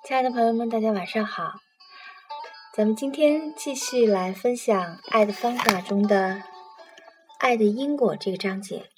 亲爱的朋友们，大家晚上好。咱们今天继续来分享《爱的方法》中的爱的因果这个章节。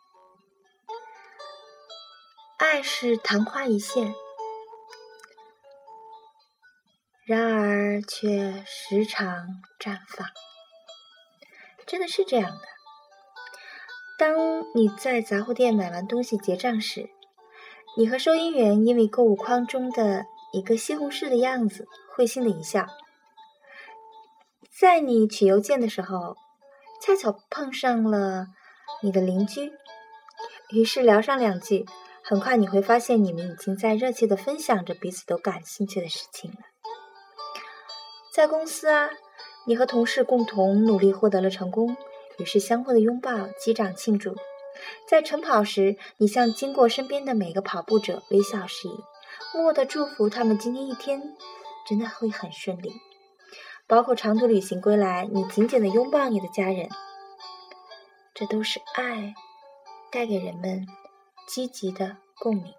爱是昙花一现，然而却时常绽放。真的是这样的。当你在杂货店买完东西结账时，你和收银员因为购物筐中的一个西红柿的样子会心的一笑。在你取邮件的时候，恰巧碰上了你的邻居，于是聊上两句，很快你会发现你们已经在热切地分享着彼此都感兴趣的事情了。在公司你和同事共同努力获得了成功，于是相互的拥抱击掌庆祝。在晨跑时，你向经过身边的每个跑步者微笑示意，默默地祝福他们今天一天真的会很顺利。包括长途旅行归来，你紧紧地拥抱你的家人。这都是爱带给人们积极的共鸣。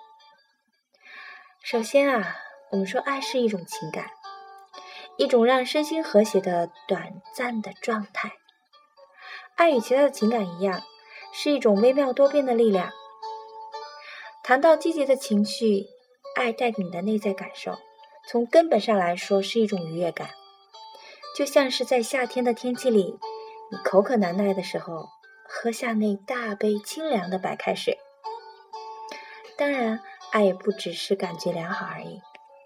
首先我们说爱是一种情感，一种让身心和谐的短暂的状态。爱与其他的情感一样，是一种微妙多变的力量。谈到积极的情绪，爱带给你的内在感受，从根本上来说是一种愉悦感。就像是在夏天的天气里，你口渴难耐的时候，喝下那大杯清凉的白开水。当然，爱也不只是感觉良好而已。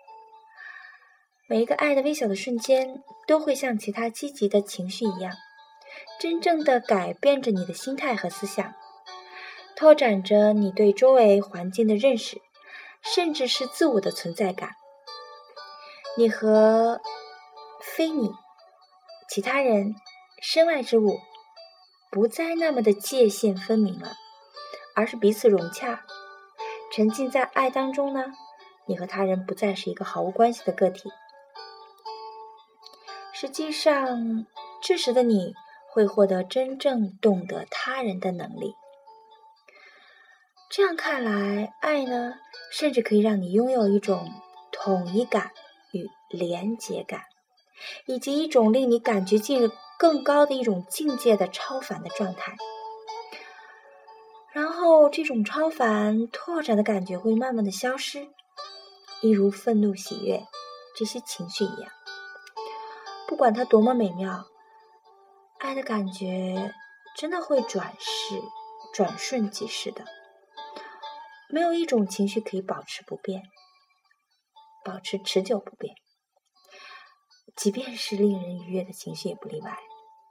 每一个爱的微小的瞬间，都会像其他积极的情绪一样，真正的改变着你的心态和思想，拓展着你对周围环境的认识，甚至是自我的存在感。你和非你、其他人、身外之物不再那么的界限分明了，而是彼此融洽。沉浸在爱当中呢，你和他人不再是一个毫无关系的个体。实际上，这时的你会获得真正懂得他人的能力。这样看来，爱呢，甚至可以让你拥有一种统一感与连结感，以及一种令你感觉进入更高的一种境界的超凡的状态。然后这种超凡拓展的感觉会慢慢的消失，一如愤怒、喜悦这些情绪一样。不管它多么美妙，爱的感觉真的会转瞬即逝的。没有一种情绪可以保持不变，保持持久不变，即便是令人愉悦的情绪也不例外。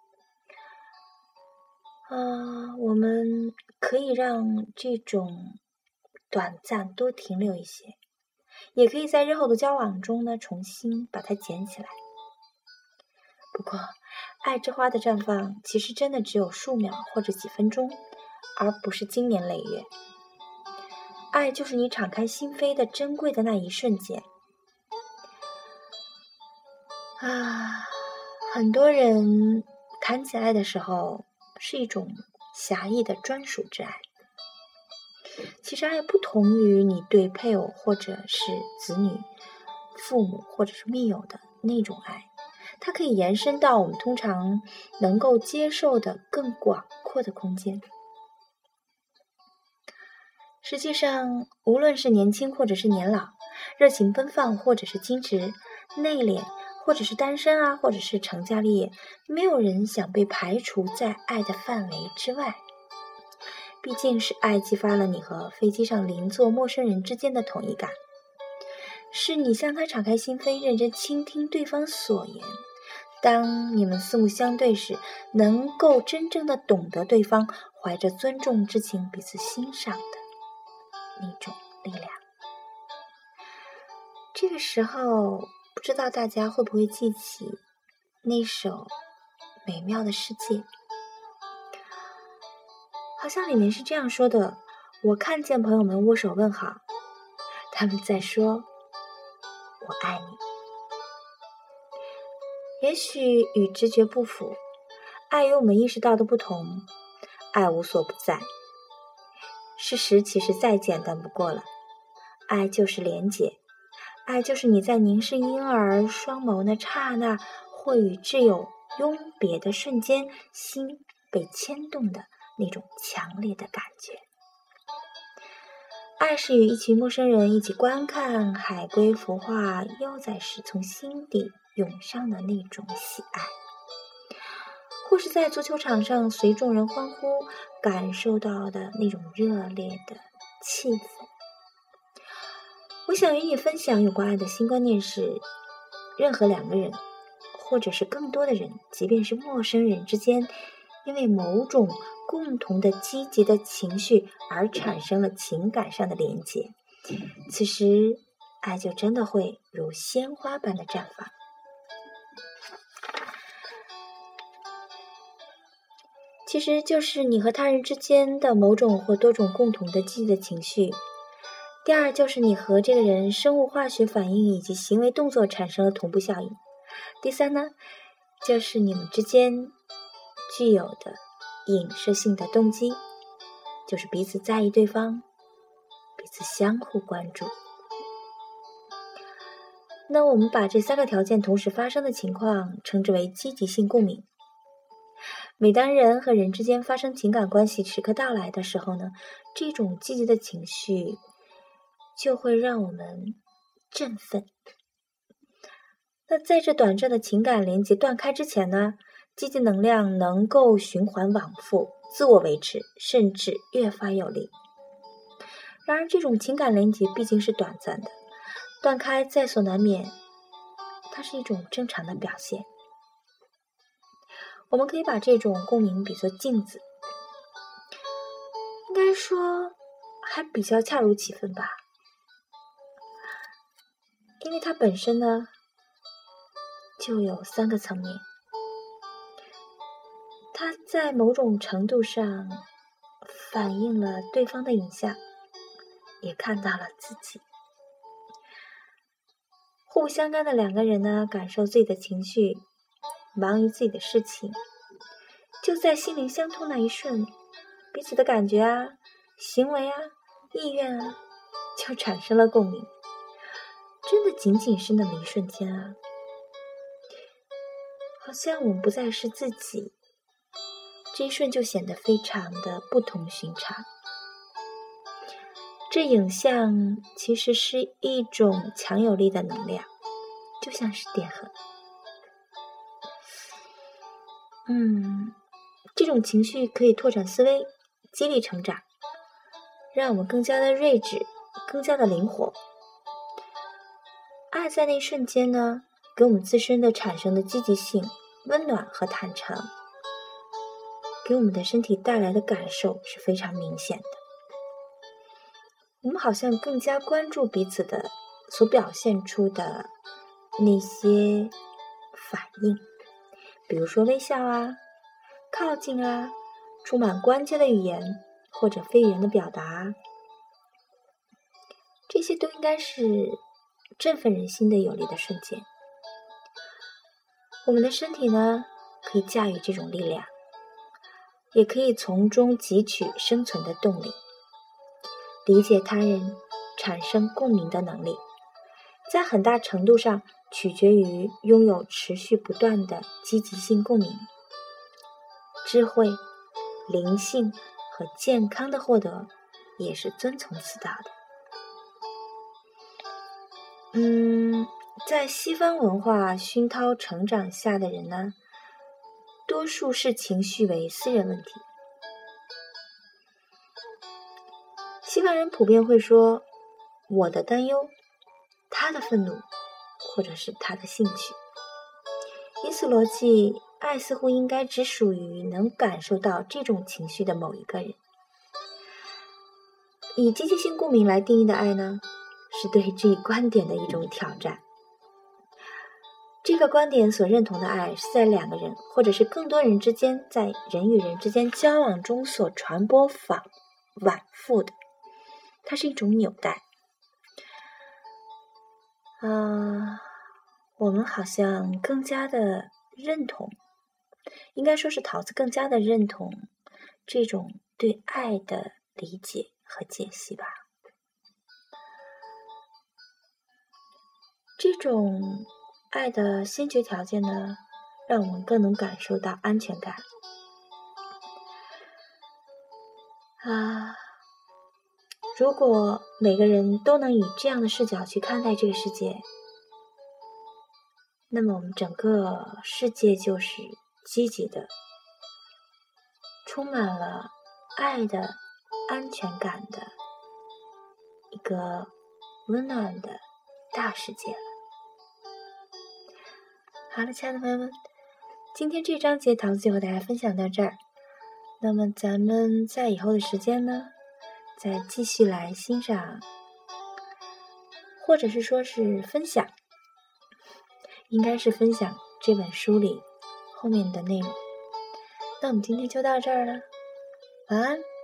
我们可以让这种短暂多停留一些，也可以在日后的交往中呢，重新把它捡起来。不过，爱之花的绽放其实真的只有数秒或者几分钟，而不是经年累月。爱就是你敞开心扉的珍贵的那一瞬间。很多人谈起爱的时候，是一种狭义的专属之爱。其实爱不同于你对配偶或者是子女、父母或者是密友的那种爱，它可以延伸到我们通常能够接受的更广阔的空间。实际上，无论是年轻或者是年老，热情奔放或者是矜持、内敛，或者是单身或者是成家立业，没有人想被排除在爱的范围之外。毕竟是爱激发了你和飞机上邻座陌生人之间的统一感，是你向他敞开心扉，认真倾听对方所言。当你们四目相对时，能够真正的懂得对方，怀着尊重之情彼此欣赏的那种力量。这个时候，不知道大家会不会记起那首美妙的世界，好像里面是这样说的：我看见朋友们握手问好，他们在说我爱你。也许与直觉不符，爱与我们意识到的不同，爱无所不在。事实其实再简单不过了，爱就是连结， 爱就是你在凝视婴儿双眸那刹那，或与挚友拥别的瞬间，心被牵动的那种强烈的感觉。爱是与一群陌生人一起观看海龟孵化幼崽时从心底涌上的那种喜爱，或是在足球场上随众人欢呼感受到的那种热烈的气氛。我想与你分享有关爱的新观念是，任何两个人或者是更多的人，即便是陌生人之间，因为某种共同的积极的情绪而产生了情感上的连结，此时爱就真的会如鲜花般的绽放。其实就是你和他人之间的某种或多种共同的积极的情绪。第二就是你和这个人生物化学反应以及行为动作产生了同步效应。第三呢，就是你们之间具有的影射性的动机，就是彼此在意对方，彼此相互关注。那我们把这三个条件同时发生的情况称之为积极性共鸣。每当人和人之间发生情感关系时刻到来的时候呢，这种积极的情绪就会让我们振奋。那在这短暂的情感连接断开之前呢，积极能量能够循环往复，自我维持，甚至越发有力。然而这种情感连接毕竟是短暂的，断开在所难免，它是一种正常的表现。我们可以把这种共鸣比作镜子，应该说还比较恰如其分吧，因为它本身呢就有三个层面，它在某种程度上反映了对方的影像，也看到了自己。互不相干的两个人呢，感受自己的情绪，忙于自己的事情，就在心灵相通那一瞬，彼此的感觉啊、行为啊、意愿啊，就产生了共鸣。真的仅仅是那么一瞬间啊，好像我们不再是自己，这一瞬就显得非常的不同寻常。这影像其实是一种强有力的能量，就像是电荷。这种情绪可以拓展思维，激励成长，让我们更加的睿智，更加的灵活。爱在那一瞬间呢，给我们自身的产生的积极性、温暖和坦诚，给我们的身体带来的感受是非常明显的。我们好像更加关注彼此的所表现出的那些反应，比如说微笑啊、靠近啊、充满关切的语言或者非语言的表达，这些都应该是振奋人心的有力的瞬间。我们的身体呢，可以驾驭这种力量，也可以从中汲取生存的动力。理解他人，产生共鸣的能力，在很大程度上取决于拥有持续不断的积极性共鸣。智慧、灵性和健康的获得也是遵从此道的。在西方文化熏陶成长下的人呢，多数视情绪为私人问题。西方人普遍会说我的担忧、他的愤怒，或者是他的兴趣。以此逻辑，爱似乎应该只属于能感受到这种情绪的某一个人。以积极性共鸣来定义的爱呢，是对这一观点的一种挑战。这个观点所认同的爱是在两个人或者是更多人之间，在人与人之间交往中所传播往复的，它是一种纽带。我们好像更加的认同，应该说是桃子更加的认同这种对爱的理解和解析吧。 这种爱的先决条件呢，让我们更能感受到安全感。如果每个人都能以这样的视角去看待这个世界，那么我们整个世界就是积极的，充满了爱的、安全感的一个温暖的大世界了。好了，亲爱的朋友们，今天这章节桃子就和大家分享到这儿。那么咱们在以后的时间呢，再继续来欣赏，或者是说是分享，应该是分享这本书里后面的内容。那我们今天就到这儿了，晚安。